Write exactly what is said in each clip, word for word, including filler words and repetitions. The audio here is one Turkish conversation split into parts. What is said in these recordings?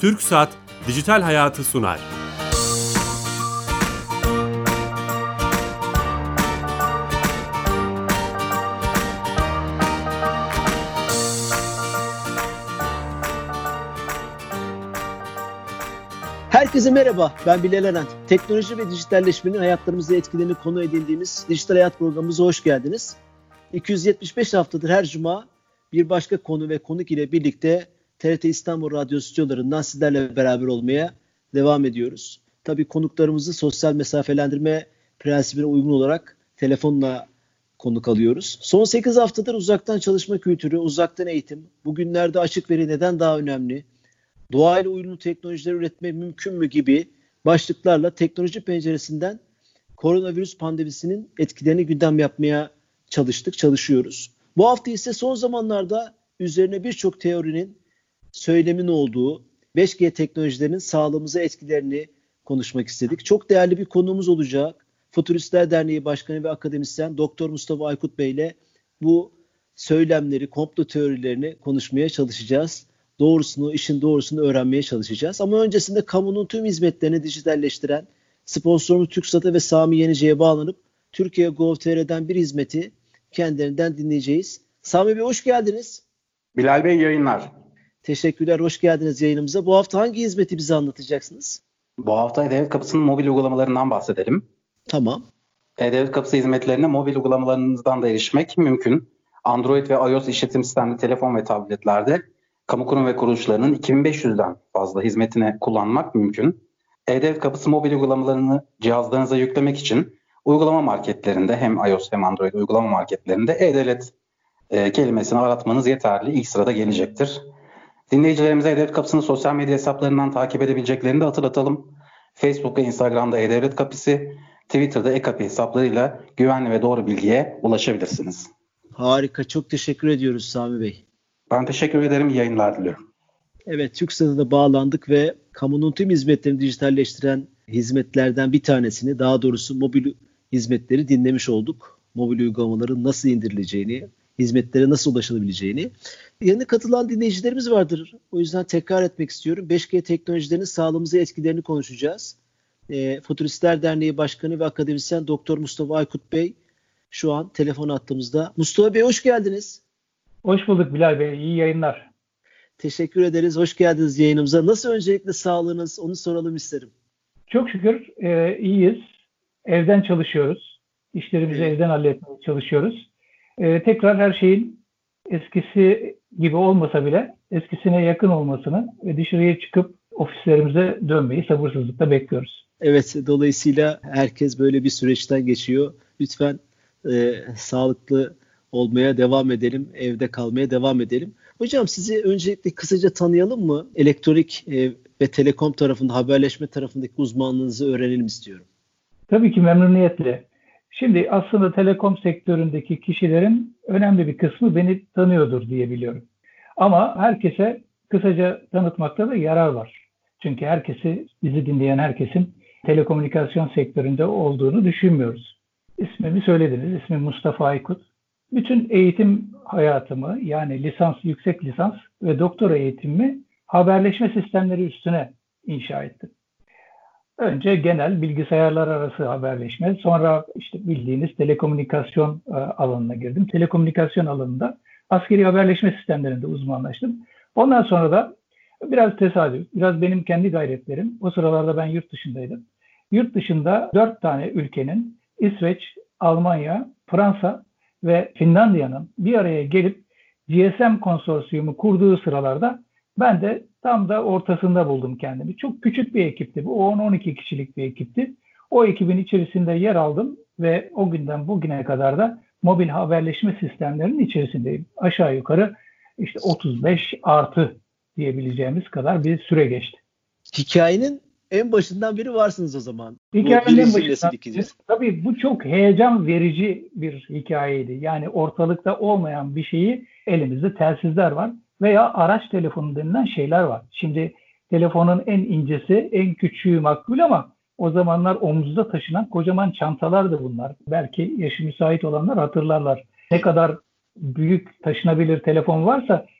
TürkSat Dijital Hayatı sunar. Herkese merhaba, ben Bilal Eren. Teknoloji ve dijitalleşmenin hayatlarımızda etkilerini konu edindiğimiz Dijital Hayat programımıza hoş geldiniz. iki yüz yetmiş beş haftadır her cuma bir başka konu ve konuk ile birlikte T R T İstanbul Radyo stüdyolarından sizlerle beraber olmaya devam ediyoruz. Tabii konuklarımızı sosyal mesafelendirme prensibine uygun olarak telefonla konuk alıyoruz. Son sekiz haftadır uzaktan çalışma kültürü, uzaktan eğitim, bugünlerde açık veri neden daha önemli, doğayla uyumlu teknolojiler üretme mümkün mü gibi başlıklarla teknoloji penceresinden koronavirüs pandemisinin etkilerini gündem yapmaya çalıştık, çalışıyoruz. Bu hafta ise son zamanlarda üzerine birçok teorinin söylemin olduğu beş G teknolojilerinin sağlığımıza etkilerini konuşmak istedik. Çok değerli bir konuğumuz olacak. Futuristler Derneği Başkanı ve akademisyen Doktor Mustafa Aykut Bey ile bu söylemleri, komplo teorilerini konuşmaya çalışacağız. Doğrusunu, işin doğrusunu öğrenmeye çalışacağız. Ama öncesinde kamunun tüm hizmetlerini dijitalleştiren sponsorumuz TürkSat'a ve Sami Yenice'ye bağlanıp Türkiye nokta gov nokta t r'den bir hizmeti kendilerinden dinleyeceğiz. Sami Bey hoş geldiniz. Bilal Bey yayınlar. Teşekkürler, hoş geldiniz yayınımıza. Bu hafta hangi hizmeti bize anlatacaksınız? Bu hafta E-Devlet Kapısı'nın mobil uygulamalarından bahsedelim. Tamam. E-Devlet Kapısı hizmetlerine mobil uygulamalarınızdan da erişmek mümkün. Android ve iOS işletim sistemli telefon ve tabletlerde kamu kurum ve kuruluşlarının iki bin beş yüzden fazla hizmetini kullanmak mümkün. E-Devlet Kapısı mobil uygulamalarını cihazlarınıza yüklemek için uygulama marketlerinde hem iOS hem Android uygulama marketlerinde E-Devlet e, kelimesini aratmanız yeterli. İlk sırada gelecektir. Dinleyicilerimize E-Devlet Kapısı'nı sosyal medya hesaplarından takip edebileceklerini de hatırlatalım. Facebook ve Instagram'da E-Devlet Kapısı, Twitter'da E-Kapı hesaplarıyla güvenli ve doğru bilgiye ulaşabilirsiniz. Harika, çok teşekkür ediyoruz Sami Bey. Ben teşekkür ederim, iyi yayınlar diliyorum. Evet, TürkSat'a da bağlandık ve kamunun tüm hizmetlerini dijitalleştiren hizmetlerden bir tanesini, daha doğrusu mobil hizmetleri dinlemiş olduk. Mobil uygulamaların nasıl indirileceğini, hizmetlere nasıl ulaşılabileceğini. Yeni katılan dinleyicilerimiz vardır. O yüzden tekrar etmek istiyorum. beş G teknolojilerinin sağlığımıza etkilerini konuşacağız. E, Futuristler Derneği Başkanı ve akademisyen Doktor Mustafa Aykut Bey şu an telefon attığımızda. Mustafa Bey hoş geldiniz. Hoş bulduk Bilal Bey. İyi yayınlar. Teşekkür ederiz. Hoş geldiniz yayınımıza. Nasıl öncelikle sağlığınız? Onu soralım isterim. Çok şükür e, iyiyiz. Evden çalışıyoruz. İşlerimizi evet. evden halletmeye çalışıyoruz. E, tekrar her şeyin eskisi gibi olmasa bile eskisine yakın olmasını ve dışarıya çıkıp ofislerimize dönmeyi sabırsızlıkla bekliyoruz. Evet, dolayısıyla herkes böyle bir süreçten geçiyor. Lütfen e, sağlıklı olmaya devam edelim, evde kalmaya devam edelim. Hocam sizi öncelikle kısaca tanıyalım mı? Elektronik e, ve telekom tarafında, haberleşme tarafındaki uzmanlığınızı öğrenelim istiyorum. Tabii ki memnuniyetle. Şimdi aslında telekom sektöründeki kişilerin önemli bir kısmı beni tanıyordur diye biliyorum. Ama herkese kısaca tanıtmakta da yarar var. Çünkü herkesi, bizi dinleyen herkesin telekomünikasyon sektöründe olduğunu düşünmüyoruz. İsmimi söylediniz, ismim Mustafa Aykut. Bütün eğitim hayatımı yani lisans, yüksek lisans ve doktora eğitimimi haberleşme sistemleri üstüne inşa ettim. Önce genel bilgisayarlar arası haberleşme, sonra işte bildiğiniz telekomünikasyon alanına girdim. Telekomünikasyon alanında askeri haberleşme sistemlerinde uzmanlaştım. Ondan sonra da biraz tesadüf, biraz benim kendi gayretlerim. O sıralarda ben yurt dışındaydım. Yurt dışında dört tane ülkenin İsveç, Almanya, Fransa ve Finlandiya'nın bir araya gelip G S M konsorsiyumu kurduğu sıralarda ben de tam da ortasında buldum kendimi. Çok küçük bir ekipti bu. on on iki kişilik bir ekipti. O ekibin içerisinde yer aldım ve o günden bugüne kadar da mobil haberleşme sistemlerinin içerisindeyim. Aşağı yukarı işte otuz beş artı diyebileceğimiz kadar bir süre geçti. Hikayenin en başından beri varsınız o zaman. Hikayenin en başından. Tabii bu çok heyecan verici bir hikayeydi. Yani ortalıkta olmayan bir şeyi, elimizde telsizler var veya araç telefonu denilen şeyler var. Şimdi telefonun en incesi, en küçüğü makbul ama o zamanlar omuzda taşınan kocaman çantalardı bunlar. Belki yaşı müsait olanlar hatırlarlar. Ne kadar büyük taşınabilir telefon varsa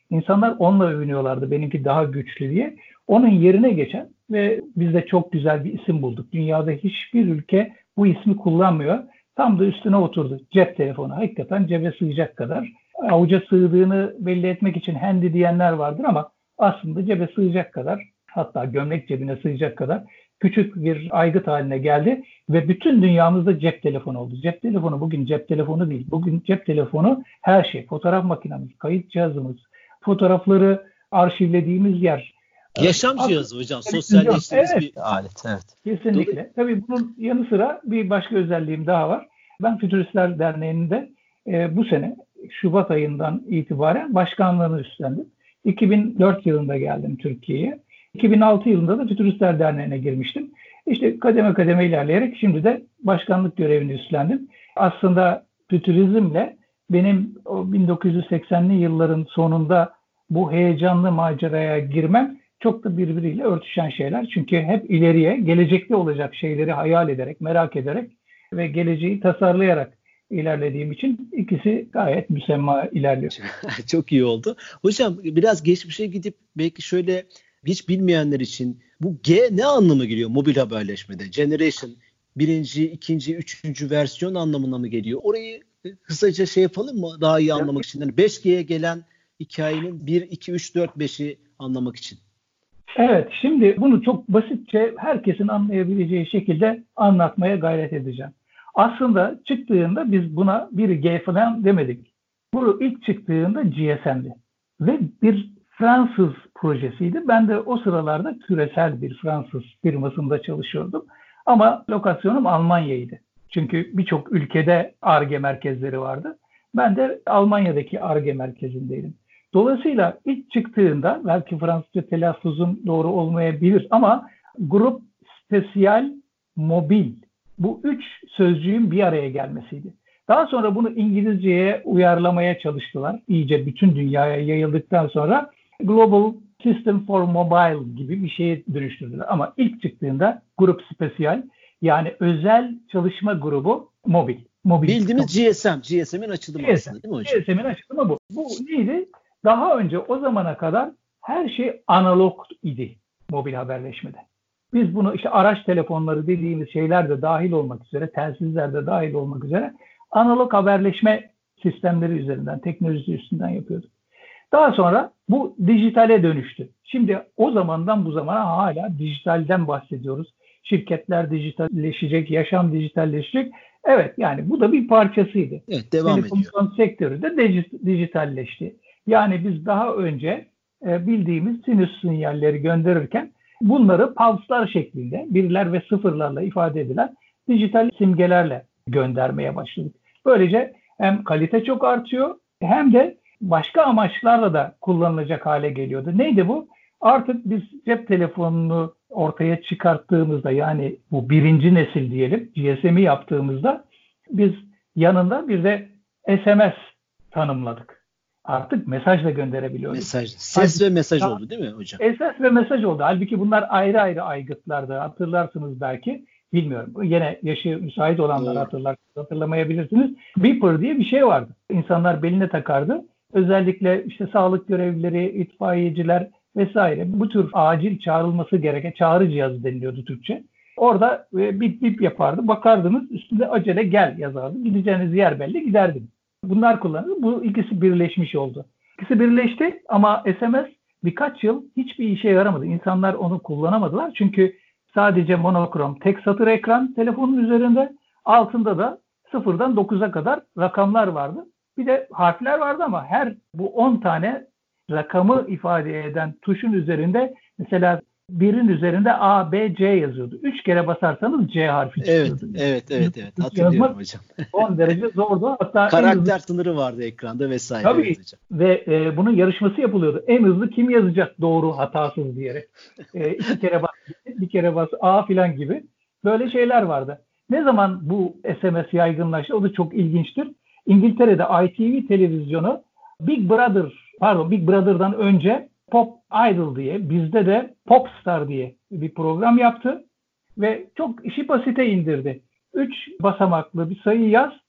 İnsanlar onunla övünüyorlardı, benimki daha güçlü diye. Onun yerine geçen ve biz de çok güzel bir isim bulduk. Dünyada hiçbir ülke bu ismi kullanmıyor. Tam da üstüne oturdu. Cep telefonu. Hakikaten cebe sığacak kadar. Avuca sığdığını belli etmek için handy diyenler vardır ama aslında cebe sığacak kadar, hatta gömlek cebine sığacak kadar küçük bir aygıt haline geldi ve bütün dünyamızda cep telefonu oldu. Cep telefonu bugün cep telefonu değil. Bugün cep telefonu her şey. Fotoğraf makinemiz, kayıt cihazımız, fotoğrafları arşivlediğimiz yer. Yaşam Aslında, cihazı hocam. Sosyalleştiğimiz evet, bir alet. Evet. Kesinlikle. Doğru. Tabii bunun yanı sıra bir başka özelliğim daha var. Ben Fütüristler Derneği'nde e, bu sene Şubat ayından itibaren başkanlığını üstlendim. iki bin dört yılında geldim Türkiye'ye. iki bin altı yılında da Fütüristler Derneği'ne girmiştim. İşte kademe kademe ilerleyerek şimdi de başkanlık görevini üstlendim. Aslında fütürizmle benim o bin dokuz yüz seksenli yılların sonunda bu heyecanlı maceraya girmem çok da birbiriyle örtüşen şeyler. Çünkü hep ileriye, gelecekte olacak şeyleri hayal ederek, merak ederek ve geleceği tasarlayarak ilerlediğim için ikisi gayet müsemma ilerliyor. Çok iyi oldu. Hocam biraz geçmişe gidip belki şöyle hiç bilmeyenler için bu G ne anlamı geliyor mobil haberleşmede? Generation birinci, ikinci, üçüncü versiyon anlamına mı geliyor? Orayı kısaca şey yapalım mı daha iyi anlamak için? Yani beş G'ye gelen hikayenin bir, iki, üç, dört, beşi anlamak için. Evet, şimdi bunu çok basitçe herkesin anlayabileceği şekilde anlatmaya gayret edeceğim. Aslında çıktığında biz buna bir G falan demedik. Bu ilk çıktığında G S M'di. Ve bir Fransız projesiydi. Ben de o sıralarda küresel bir Fransız firmasında çalışıyordum. Ama lokasyonum Almanya'ydı. Çünkü birçok ülkede Ar-Ge merkezleri vardı. Ben de Almanya'daki Ar-Ge merkezindeydim. Dolayısıyla ilk çıktığında belki Fransızca telaffuzum doğru olmayabilir ama Grup Spesiyal Mobil, bu üç sözcüğün bir araya gelmesiydi. Daha sonra bunu İngilizceye uyarlamaya çalıştılar. İyice bütün dünyaya yayıldıktan sonra Global System for Mobile gibi bir şeye dönüştürdüler. Ama ilk çıktığında Grup Spesiyal, yani özel çalışma grubu mobil. mobil Bildiğimiz G S M, G S M'in açılımı G S M, aslında değil mi hocam? G S M'in açılımı bu. Bu neydi? Daha önce o zamana kadar her şey analog idi mobil haberleşmede. Biz bunu işte araç telefonları dediğimiz şeyler de dahil olmak üzere, telsizler de dahil olmak üzere analog haberleşme sistemleri üzerinden, teknolojisi üstünden yapıyorduk. Daha sonra bu dijitale dönüştü. Şimdi o zamandan bu zamana hala dijitalden bahsediyoruz. Şirketler dijitalleşecek, yaşam dijitalleşecek. Evet, yani bu da bir parçasıydı. Evet, devam ediyor. Telekomünikasyon sektörü de dijitalleşti. Yani biz daha önce e, bildiğimiz sinüs sinyalleri gönderirken bunları pulslar şeklinde birler ve sıfırlarla ifade edilen dijital simgelerle göndermeye başladık. Böylece hem kalite çok artıyor hem de başka amaçlarla da kullanılacak hale geliyordu. Neydi bu? Artık biz cep telefonunu ortaya çıkarttığımızda, yani bu birinci nesil diyelim G S M'i yaptığımızda biz yanında bir de S M S tanımladık. Artık mesaj da gönderebiliyoruz. Mesaj, ses Halbuki, ve mesaj oldu değil mi hocam? Ses ve mesaj oldu. Halbuki bunlar ayrı ayrı aygıtlardı. Hatırlarsınız belki. Bilmiyorum. Yine yaşı müsait olanlar hatırlar, hatırlamayabilirsiniz. Beeper diye bir şey vardı. İnsanlar beline takardı. Özellikle işte sağlık görevlileri, itfaiyeciler vesaire bu tür acil çağrılması gereken çağrı cihazı deniliyordu Türkçe. Orada bip bip yapardı. Bakardınız üstünde acele gel yazardı. Gideceğiniz yer belli, giderdiniz. Bunlar kullanıldı. Bu ikisi birleşmiş oldu. İkisi birleşti ama S M S birkaç yıl hiçbir işe yaramadı. İnsanlar onu kullanamadılar. Çünkü sadece monokrom tek satır ekran telefonun üzerinde, altında da sıfırdan dokuza kadar rakamlar vardı. Bir de harfler vardı ama her bu on tane rakamı ifade eden tuşun üzerinde mesela birin üzerinde A, B, C yazıyordu. Üç kere basarsanız C harfi çıkıyordu. Evet, evet, evet, evet. Hatırlıyorum hocam. on derece zordu. Hatta karakter hızlı... sınırı vardı ekranda vesaire. Tabii. Evet hocam. Ve e, bunun yarışması yapılıyordu. En hızlı kim yazacak doğru hatasız diyerek. E, iki kere bas, bir kere bas, A filan gibi. Böyle şeyler vardı. Ne zaman bu S M S yaygınlaştı? O da çok ilginçtir. İngiltere'de I T V televizyonu Big Brother, pardon Big Brother'dan önce Pop Idol diye, bizde de Popstar diye bir program yaptı ve çok işi basite indirdi. Üç basamaklı bir sayı yaz,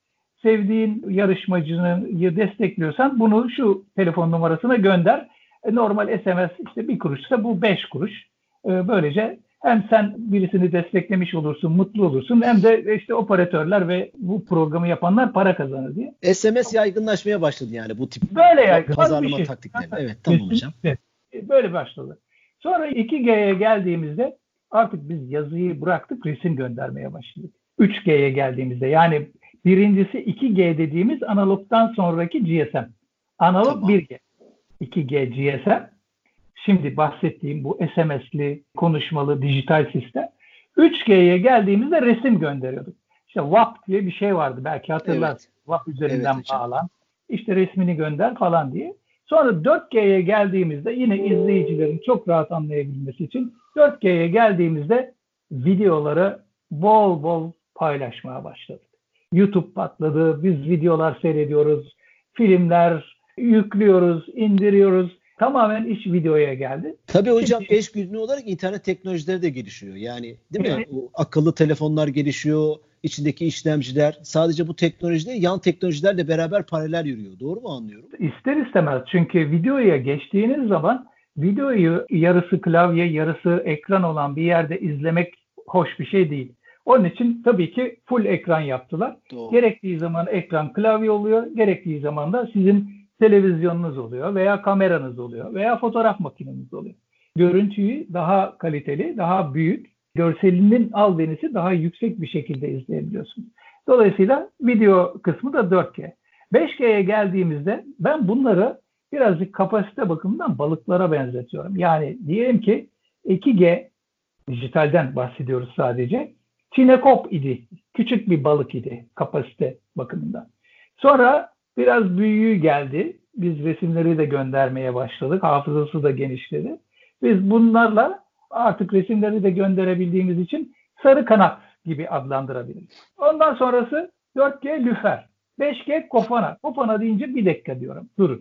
sevdiğin yarışmacıyı destekliyorsan bunu şu telefon numarasına gönder. E, normal S M S işte bir kuruşsa bu beş kuruş. E, böylece hem sen birisini desteklemiş olursun, mutlu olursun, hem de işte operatörler ve bu programı yapanlar para kazanır diye. S M S yaygınlaşmaya başladı yani bu tip böyle yaygın, pazarlama şey. taktikleri. Evet, tamam hocam. Böyle başladı. Sonra iki G'ye geldiğimizde artık biz yazıyı bıraktık, resim göndermeye başladık. üç G'ye geldiğimizde, yani birincisi iki G dediğimiz analogdan sonraki G S M. Analog tamam. bir G. iki G G S M. Şimdi bahsettiğim bu S M S'li, konuşmalı, dijital sistem. üç G'ye geldiğimizde resim gönderiyorduk. İşte W A P diye bir şey vardı, belki hatırlarsınız. Evet. W A P üzerinden evet, bağlan. İşte resmini gönder falan diye. Sonra dört G'ye geldiğimizde yine izleyicilerin çok rahat anlayabilmesi için dört G'ye geldiğimizde videoları bol bol paylaşmaya başladık. YouTube patladı, biz videolar seyrediyoruz, filmler yüklüyoruz, indiriyoruz. Tamamen iş videoya geldi. Tabii hocam, Şimdi, eş güdümlü olarak internet teknolojileri de gelişiyor. Yani değil mi? O akıllı telefonlar gelişiyor, içindeki işlemciler. Sadece bu teknoloji değil, yan teknolojilerle beraber paralel yürüyor. Doğru mu anlıyorum? İster istemez. Çünkü videoya geçtiğiniz zaman videoyu yarısı klavye, yarısı ekran olan bir yerde izlemek hoş bir şey değil. Onun için tabii ki full ekran yaptılar. Doğru. Gerektiği zaman ekran klavye oluyor, gerektiği zaman da sizin televizyonunuz oluyor veya kameranız oluyor veya fotoğraf makineniz oluyor. Görüntüyü daha kaliteli, daha büyük, görselinin albenisi daha yüksek bir şekilde izleyebiliyorsunuz. Dolayısıyla video kısmı da dört G. beş G'ye geldiğimizde ben bunları birazcık kapasite bakımından balıklara benzetiyorum. Yani diyelim ki iki G, dijitalden bahsediyoruz sadece, çinekop idi. Küçük bir balık idi kapasite bakımından. Sonra biraz büyüğü geldi. Biz resimleri de göndermeye başladık. Hafızası da genişledi. Biz bunlarla artık resimleri de gönderebildiğimiz için sarı kanat gibi adlandırabiliriz. Ondan sonrası dört G lüfer. beş G kofana. Kofana deyince bir dakika diyorum. Durun.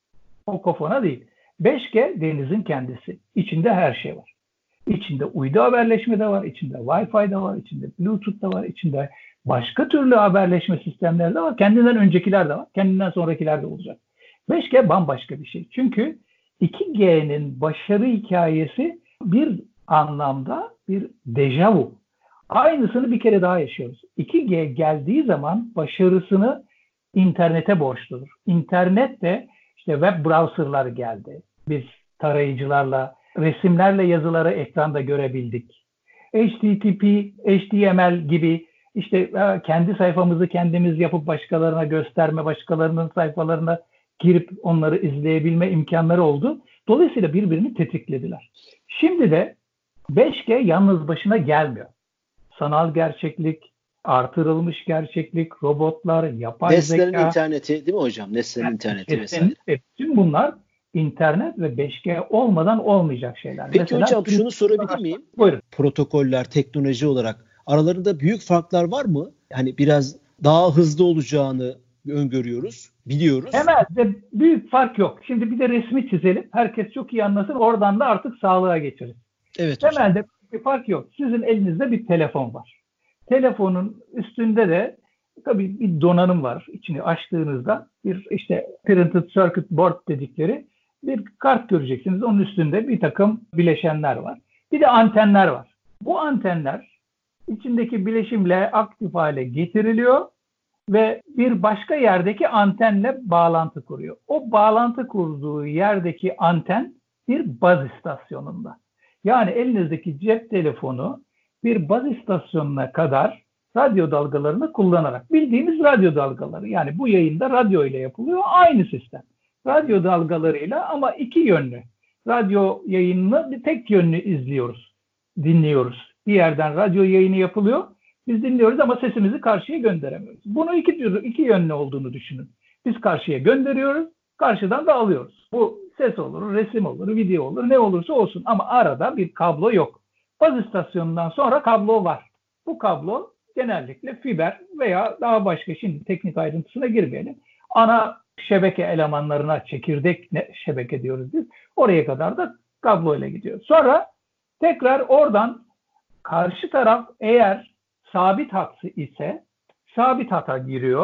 O kofana değil. beş G denizin kendisi. İçinde her şey var. İçinde uydu haberleşme de var. İçinde Wi-Fi de var. İçinde Bluetooth da var. İçinde başka türlü haberleşme sistemleri de var. Kendinden öncekiler de var. Kendinden sonrakiler de olacak. beş G bambaşka bir şey. Çünkü iki G'nin başarı hikayesi bir anlamda bir dejavu. Aynısını bir kere daha yaşıyoruz. iki G geldiği zaman başarısını internete borçludur. İnternet de işte web browserlar geldi. Biz tarayıcılarla, resimlerle yazıları ekranda görebildik. H T T P, H T M L gibi işte kendi sayfamızı kendimiz yapıp başkalarına gösterme, başkalarının sayfalarına girip onları izleyebilme imkanları oldu. Dolayısıyla birbirini tetiklediler. Şimdi de beş G yalnız başına gelmiyor. Sanal gerçeklik, artırılmış gerçeklik, robotlar, yapay Nesnenin zeka. Nesnenin interneti değil mi hocam? Nesnenin yani, interneti vesaire. Tüm bunlar internet ve beş G olmadan olmayacak şeyler. Peki Mesela, hocam şunu sorabilir miyim? Buyurun. Protokoller, teknoloji olarak aralarında büyük farklar var mı? Hani biraz daha hızlı olacağını öngörüyoruz, biliyoruz. Temelde büyük fark yok. Şimdi bir de resmi çizelim. Herkes çok iyi anlasın. Oradan da artık sağlığa geçeriz. Evet Temelde hocam. bir fark yok. Sizin elinizde bir telefon var. Telefonun üstünde de tabii bir donanım var. İçini açtığınızda bir işte printed circuit board dedikleri bir kart göreceksiniz. Onun üstünde bir takım bileşenler var. Bir de antenler var. Bu antenler içindeki bileşimle aktif hale getiriliyor ve bir başka yerdeki antenle bağlantı kuruyor. O bağlantı kurduğu yerdeki anten bir baz istasyonunda. Yani elinizdeki cep telefonu bir baz istasyonuna kadar radyo dalgalarını kullanarak, bildiğimiz radyo dalgaları, yani bu yayında radyo ile yapılıyor, aynı sistem. Radyo dalgalarıyla ama iki yönlü. Radyo yayınını bir tek yönlü izliyoruz, dinliyoruz. Bir yerden radyo yayını yapılıyor, biz dinliyoruz ama sesimizi karşıya gönderemiyoruz. Bunu iki türlü, iki yönlü olduğunu düşünün. Biz karşıya gönderiyoruz, karşıdan da alıyoruz. Bu ses olur, resim olur, video olur, ne olursa olsun ama arada bir kablo yok. Baz istasyonundan sonra kablo var. Bu kablo genellikle fiber veya daha başka, şimdi teknik ayrıntısına girmeyelim, ana şebeke elemanlarına, çekirdek şebeke diyoruz biz. Oraya kadar da kablo ile gidiyor. Sonra tekrar oradan karşı taraf eğer sabit hatsı ise sabit hata giriyor.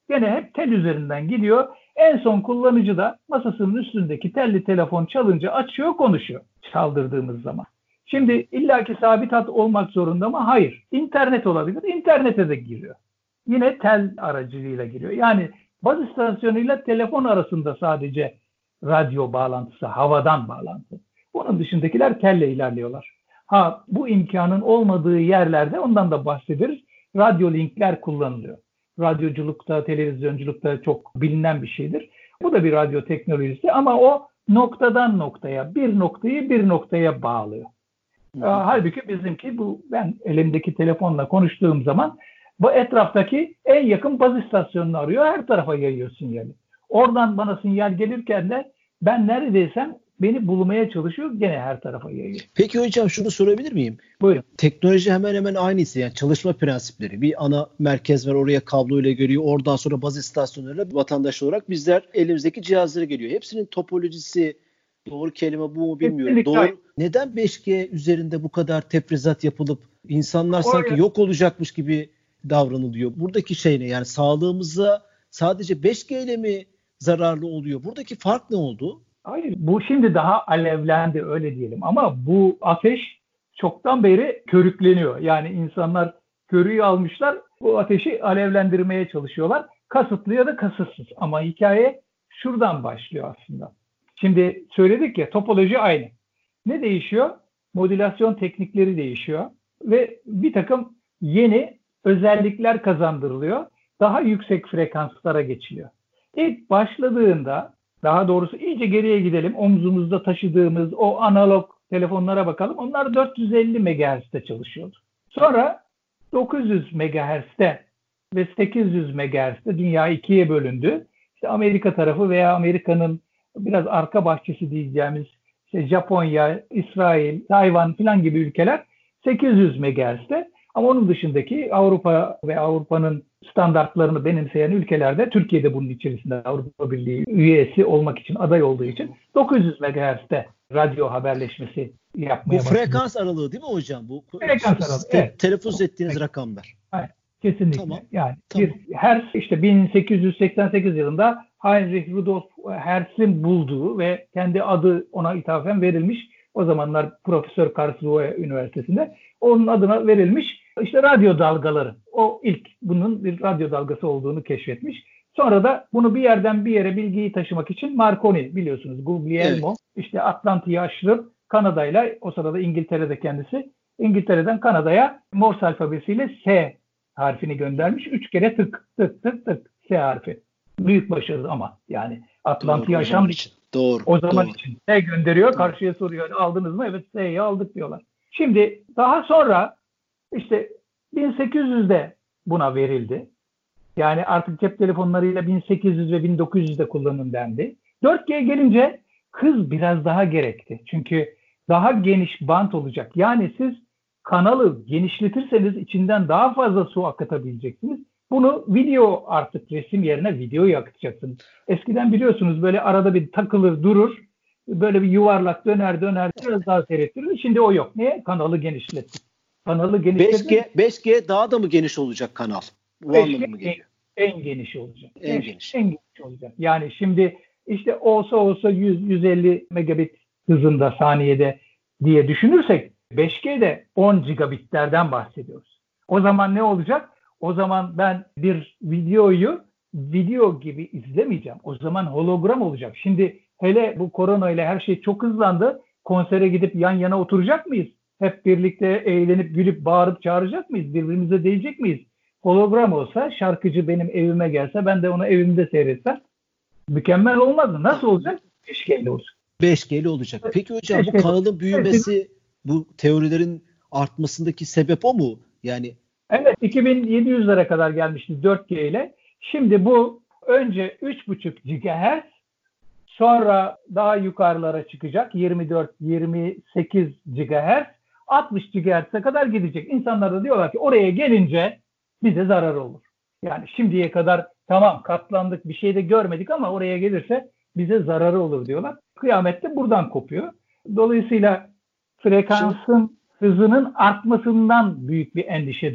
Gene hep tel üzerinden gidiyor. En son kullanıcı da masasının üstündeki telli telefon çalınca açıyor, konuşuyor çaldırdığımız zaman. Şimdi illaki sabit hat olmak zorunda mı? Hayır. İnternet olabilir. İnternete de giriyor. Yine tel aracılığıyla giriyor. Yani baz istasyonuyla telefon arasında sadece radyo bağlantısı, havadan bağlantı. Onun dışındakiler telle ilerliyorlar. Ha, bu imkanın olmadığı yerlerde ondan da bahsederiz. Radyo linkler kullanılıyor. Radyoculukta, televizyonculukta çok bilinen bir şeydir. Bu da bir radyo teknolojisi ama o noktadan noktaya, bir noktayı bir noktaya bağlıyor. Hı. Halbuki bizimki bu, ben elimdeki telefonla konuştuğum zaman bu etraftaki en yakın baz istasyonunu arıyor, her tarafa yayıyor sinyali. Oradan bana sinyal gelirken de ben neredeysem beni bulmaya çalışıyor, gene her tarafa yayıyor. Peki hocam şunu sorabilir miyim? Buyurun. Teknoloji hemen hemen aynısı, yani çalışma prensipleri. Bir ana merkez var, oraya kabloyla geliyor. Oradan sonra baz istasyonlarıyla vatandaş olarak bizler elimizdeki cihazlara geliyor. Hepsinin topolojisi, doğru kelime bu mu bilmiyorum. Kesinlikle. Doğru. Neden beş G üzerinde bu kadar tefrizat yapılıp insanlar Oraya... sanki yok olacakmış gibi davranılıyor? Buradaki şey ne? Yani sağlığımıza sadece beş G ile mi zararlı oluyor? Buradaki fark ne oldu? Hayır, bu şimdi daha alevlendi, öyle diyelim. Ama bu ateş çoktan beri körükleniyor. Yani insanlar körüğü almışlar, bu ateşi alevlendirmeye çalışıyorlar. Kasıtlı ya da kasıtsız. Ama hikaye şuradan başlıyor aslında. Şimdi söyledik ya, topoloji aynı. Ne değişiyor? Modülasyon teknikleri değişiyor. Ve bir takım yeni özellikler kazandırılıyor. Daha yüksek frekanslara geçiliyor. İlk başladığında, daha doğrusu iyice geriye gidelim. Omzumuzda taşıdığımız o analog telefonlara bakalım. Onlar dört yüz elli megahertz'te çalışıyordu. Sonra dokuz yüz megahertz'te ve sekiz yüz megahertz'te dünya ikiye bölündü. İşte Amerika tarafı veya Amerika'nın biraz arka bahçesi diyeceğimiz işte Japonya, İsrail, Tayvan falan gibi ülkeler sekiz yüz megahertz'te. Ama onun dışındaki Avrupa ve Avrupa'nın standartlarını benimseyen ülkelerde, Türkiye'de bunun içerisinde Avrupa Birliği üyesi olmak için aday olduğu için dokuz yüz megahertz'te radyo haberleşmesi yapmaya başladı. Bu frekans aralığı değil mi hocam? Bu frekans aralığı. Te- evet. Telaffuz ettiğiniz evet. rakamlar. Evet, kesinlikle. Tamam. Yani tamam. bir Hertz işte bin sekiz yüz seksen sekiz yılında Heinrich Rudolf Hertz'in bulduğu ve kendi adı ona ithafen verilmiş. O zamanlar Profesör Karlsruhe Üniversitesi'nde onun adına verilmiş işte radyo dalgaları. O ilk bunun bir radyo dalgası olduğunu keşfetmiş. Sonra da bunu bir yerden bir yere bilgiyi taşımak için Marconi, biliyorsunuz, Guglielmo evet. işte Atlantik'i aşırıp Kanada'yla, o sırada İngiltere'de kendisi, İngiltere'den Kanada'ya Morse alfabesiyle S harfini göndermiş. Üç kere tık tık tık tık S harfi. Büyük başarı ama yani Atlantik'i aşan için. Doğru. O zaman doğru. için S gönderiyor, karşıya soruyor, aldınız mı? Evet, S'yi aldık diyorlar. Şimdi daha sonra işte bin sekiz yüzde buna verildi. Yani artık cep telefonlarıyla bin sekiz yüz ve bin dokuz yüzde kullanın dendi. dört G gelince hız biraz daha gerekti. Çünkü daha geniş bant olacak. Yani siz kanalı genişletirseniz içinden daha fazla su akıtabileceksiniz. Bunu video, artık resim yerine videoyu akıtacaksınız. Eskiden biliyorsunuz böyle arada bir takılır durur. Böyle bir yuvarlak döner döner biraz daha seyrettirir. Şimdi o yok. Niye? Kanalı genişletti. Kanalı genişletti. beş G, beş G daha da mı geniş olacak kanal? Bu anlamı mı geliyor? En, en geniş olacak. En, en geniş. En geniş olacak. Yani şimdi işte olsa olsa yüz yüz elli megabit hızında saniyede diye düşünürsek beş G'de on gigabitlerden bahsediyoruz. O zaman ne olacak? O zaman ben bir videoyu video gibi izlemeyeceğim. O zaman hologram olacak. Şimdi hele bu korona ile her şey çok hızlandı. Konsere gidip yan yana oturacak mıyız? Hep birlikte eğlenip gülüp bağırıp çağıracak mıyız? Birbirimize değecek miyiz? Hologram olsa, şarkıcı benim evime gelse, ben de onu evimde seyretsem mükemmel olmaz mı? Nasıl olacak? beş G'li olacak. beş G'li olacak. Peki hocam bu kanalın büyümesi, bu teorilerin artmasındaki sebep o mu? Yani evet, iki bin yedi yüzlere kadar gelmişti dört G ile. Şimdi bu önce üç buçuk gigahertz, sonra daha yukarılara çıkacak. yirmi dört yirmi sekiz gigahertz, altmış gigahertz'e kadar gidecek. İnsanlar da diyorlar ki oraya gelince bize zarar olur. Yani şimdiye kadar tamam katlandık, bir şey de görmedik ama oraya gelirse bize zararı olur diyorlar. Kıyamet de buradan kopuyor. Dolayısıyla frekansın hızının artmasından büyük bir endişe duyuluyor.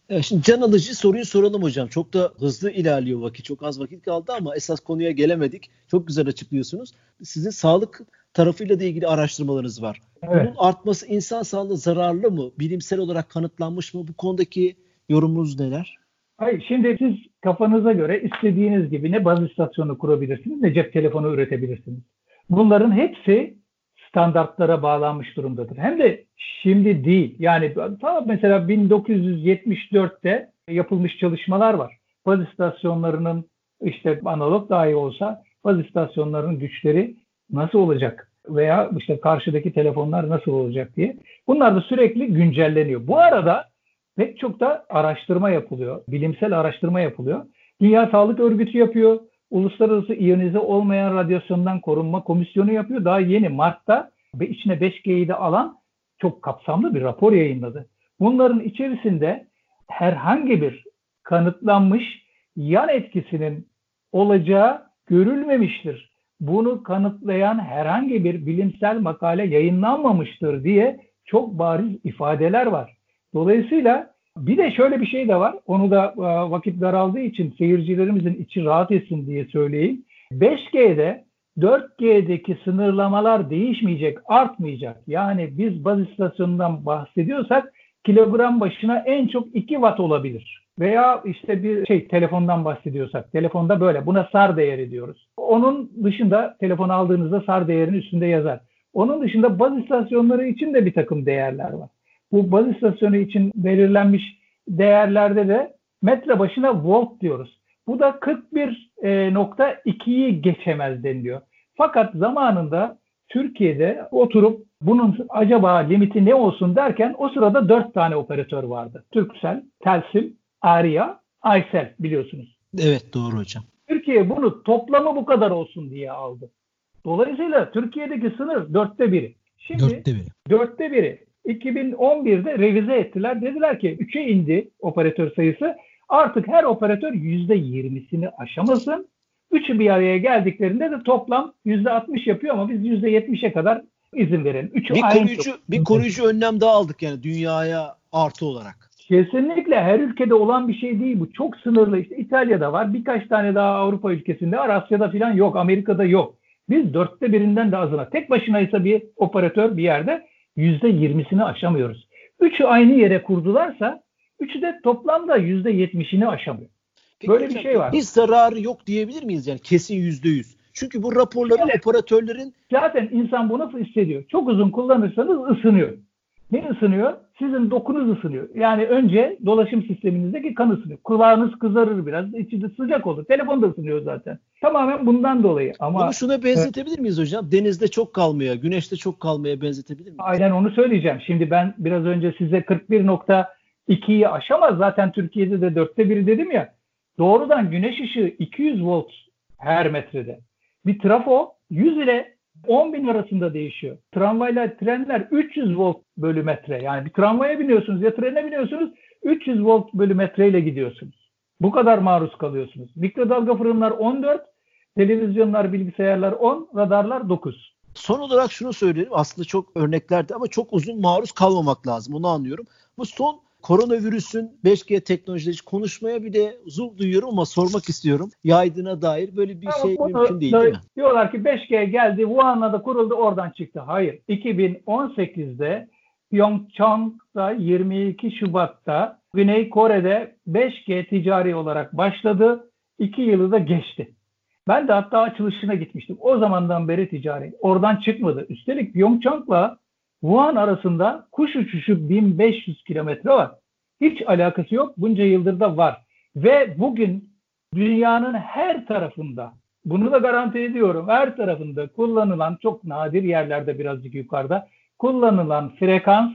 Evet, şimdi can alıcı soruyu soralım hocam. Çok da hızlı ilerliyor vakit. Çok az vakit kaldı ama esas konuya gelemedik. Çok güzel açıklıyorsunuz. Sizin sağlık tarafıyla da ilgili araştırmalarınız var. Evet. Bunun artması insan sağlığına zararlı mı? Bilimsel olarak kanıtlanmış mı? Bu konudaki yorumunuz neler? Hayır, şimdi siz kafanıza göre istediğiniz gibi ne baz istasyonu kurabilirsiniz ne cep telefonu üretebilirsiniz. Bunların hepsi standartlara bağlanmış durumdadır. Hem de şimdi değil. Yani ta mesela bin dokuz yüz yetmiş dörtte yapılmış çalışmalar var. Baz istasyonlarının işte analog dahi olsa baz istasyonlarının güçleri nasıl olacak veya işte karşıdaki telefonlar nasıl olacak diye. Bunlar da sürekli güncelleniyor. Bu arada pek çok da araştırma yapılıyor. Bilimsel araştırma yapılıyor. Dünya Sağlık Örgütü yapıyor. Uluslararası İyonize Olmayan Radyasyondan Korunma Komisyonu yapıyor. Daha yeni Mart'ta ve içine beş G'yi de alan çok kapsamlı bir rapor yayınladı. Bunların içerisinde herhangi bir kanıtlanmış yan etkisinin olacağı görülmemiştir. Bunu kanıtlayan herhangi bir bilimsel makale yayınlanmamıştır diye çok bariz ifadeler var. Dolayısıyla bir de şöyle bir şey de var. Onu da vakit daraldığı için seyircilerimizin içi rahat etsin diye söyleyeyim. beş G'de dört G'deki sınırlamalar değişmeyecek, artmayacak. Yani biz baz istasyonundan bahsediyorsak kilogram başına en çok iki watt olabilir. Veya işte bir şey telefondan bahsediyorsak telefonda böyle buna SAR değeri diyoruz. Onun dışında telefon aldığınızda SAR değerinin üstünde yazar. Onun dışında baz istasyonları için de bir takım değerler var. Bu baz istasyonu için belirlenmiş değerlerde de metre başına volt diyoruz. Bu da kırk bir nokta ikiyi geçemez deniliyor. Fakat zamanında Türkiye'de oturup bunun acaba limiti ne olsun derken o sırada dört tane operatör vardı. Turkcell, Telsim, Arya, Aysel biliyorsunuz. Evet doğru hocam. Türkiye bunu toplamı bu kadar olsun diye aldı. Dolayısıyla Türkiye'deki sınır dörtte biri. Şimdi dörtte biri. Dörtte biri. iki bin on birde revize ettiler. Dediler ki üçe indi operatör sayısı. Artık her operatör yüzde yirmisini aşamasın. Üçü bir araya geldiklerinde de toplam yüzde altmış yapıyor ama biz yüzde yetmişe kadar izin verelim. Üçü bir aynı koruyucu çok. bir koruyucu önlem daha aldık yani dünyaya artı olarak. Kesinlikle her ülkede olan bir şey değil bu. Çok sınırlı. İşte İtalya'da var. Birkaç tane daha Avrupa ülkesinde var. Asya'da falan yok. Amerika'da yok. Biz dörtte birinden de azına. Tek başınaysa bir operatör bir yerde yüzde yirmisini aşamıyoruz. Üçü aynı yere kurdularsa üçü de toplamda yüzde yetmişini aşamıyor. Peki böyle hocam, bir şey var. Hiç zararı yok diyebilir miyiz yani kesin yüzde yüz? Çünkü bu raporların Evet. operatörlerin Zaten insan bunu hissediyor. Çok uzun kullanırsanız ısınıyor. Ne ısınıyor? Sizin dokunuz ısınıyor. Yani önce dolaşım sisteminizdeki kan ısınıyor. Kulağınız kızarır biraz. İçi de sıcak olur. Telefon da ısınıyor zaten. Tamamen bundan dolayı. Ama bunu şuna benzetebilir miyiz hocam? Denizde çok kalmaya, güneşte çok kalmaya benzetebilir miyiz? Aynen onu söyleyeceğim. Şimdi ben biraz önce size kırk bir nokta ikiyi aşamaz. Zaten Türkiye'de de dörtte biri dedim ya. Doğrudan güneş ışığı iki yüz volt her metrede. Bir trafo yüz ile on bin arasında değişiyor. Tramvaylar, trenler üç yüz volt bölü metre. Yani bir tramvaya biniyorsunuz ya trene biniyorsunuz üç yüz volt bölü metreyle gidiyorsunuz. Bu kadar maruz kalıyorsunuz. Mikrodalga fırınlar on dört, televizyonlar, bilgisayarlar on, radarlar dokuz. Son olarak şunu söyleyelim. Aslında çok örneklerde ama çok uzun maruz kalmamak lazım. Onu anlıyorum. Bu son koronavirüsün beş G teknolojileri konuşmaya bile zul duyuyorum ama sormak istiyorum. Yaydığına dair böyle bir ama şey mümkün değil değil mi? Diyorlar ki beş G geldi, Wuhan'la da kuruldu, oradan çıktı. Hayır. iki bin on sekizde Pyeongchang'da yirmi iki Şubat'ta Güney Kore'de beş G ticari olarak başladı. iki yılı da geçti. Ben de hatta açılışına gitmiştim. O zamandan beri ticari. Oradan çıkmadı. Üstelik Pyeongchang'la Wuhan arasında kuş uçuşu bin beş yüz kilometre var. Hiç alakası yok. Bunca yıldır da var. Ve bugün dünyanın her tarafında, bunu da garanti ediyorum, her tarafında kullanılan, çok nadir yerlerde birazcık yukarıda, kullanılan frekans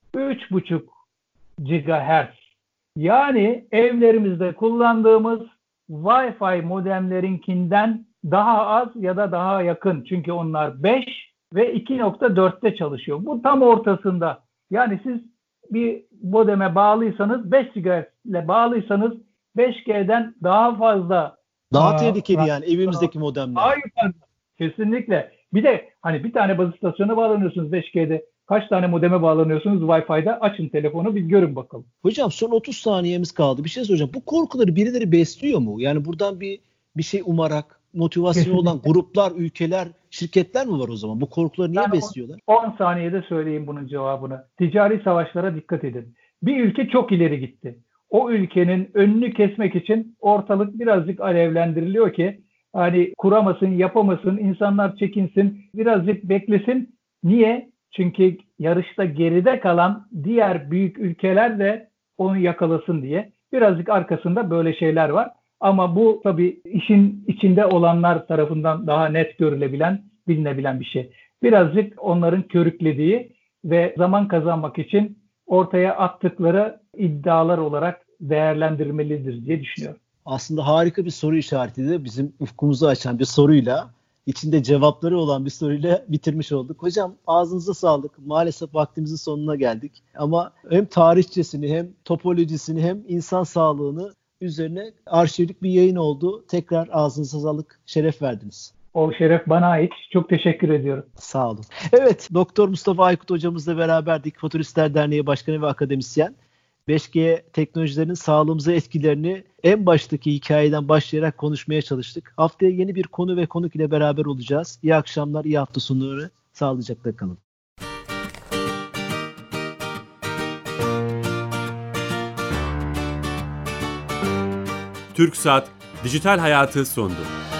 üç buçuk gigahertz. Yani evlerimizde kullandığımız Wi-Fi modemlerinkinden daha az ya da daha yakın. Çünkü onlar beş ve iki nokta dörtte çalışıyor. Bu tam ortasında. Yani siz bir modeme bağlıysanız, beş gigahertz ile bağlıysanız beş G'den daha fazla. Daha tehlikeli yani evimizdeki modemler. Hayır, kesinlikle. Bir de hani bir tane baz istasyonuna bağlanıyorsunuz beş G'de. Kaç tane modeme bağlanıyorsunuz Wi-Fi'de? Açın telefonu bir görün bakalım. Hocam son otuz saniyemiz kaldı. Bir şey soracağım. Bu korkuları birileri besliyor mu? Yani buradan bir bir şey umarak motivasyonu olan gruplar, ülkeler, şirketler mi var o zaman? Bu korkuları niye Ben besliyorlar? on saniyede söyleyeyim bunun cevabını. Ticari savaşlara dikkat edin. Bir ülke çok ileri gitti. O ülkenin önünü kesmek için ortalık birazcık alevlendiriliyor ki hani kuramasın, yapamasın, insanlar çekinsin, birazcık beklesin. Niye? Çünkü yarışta geride kalan diğer büyük ülkeler de onu yakalasın diye. Birazcık arkasında böyle şeyler var. Ama bu tabii işin içinde olanlar tarafından daha net görülebilen, bilinebilen bir şey. Birazcık onların körüklediği ve zaman kazanmak için ortaya attıkları iddialar olarak değerlendirmelidir diye düşünüyorum. Aslında harika bir soru işareti de bizim ufkumuzu açan bir soruyla, içinde cevapları olan bir soruyla bitirmiş olduk. Hocam ağzınıza sağlık. Maalesef vaktimizin sonuna geldik. Ama hem tarihçesini hem topolojisini hem insan sağlığını üzerine arşivlik bir yayın oldu. Tekrar ağzınıza sağlık. Şeref verdiniz. O şeref bana ait. Çok teşekkür ediyorum. Sağ olun. Evet, Doktor Mustafa Aykut hocamızla beraberdik. Futuristler Derneği Başkanı ve akademisyen. beş G teknolojilerinin sağlığımıza etkilerini en baştaki hikayeden başlayarak konuşmaya çalıştık. Haftaya yeni bir konu ve konuk ile beraber olacağız. İyi akşamlar, iyi hafta sonları. Sağlıcakla kalın. TürkSat Dijital Hayatı sundu.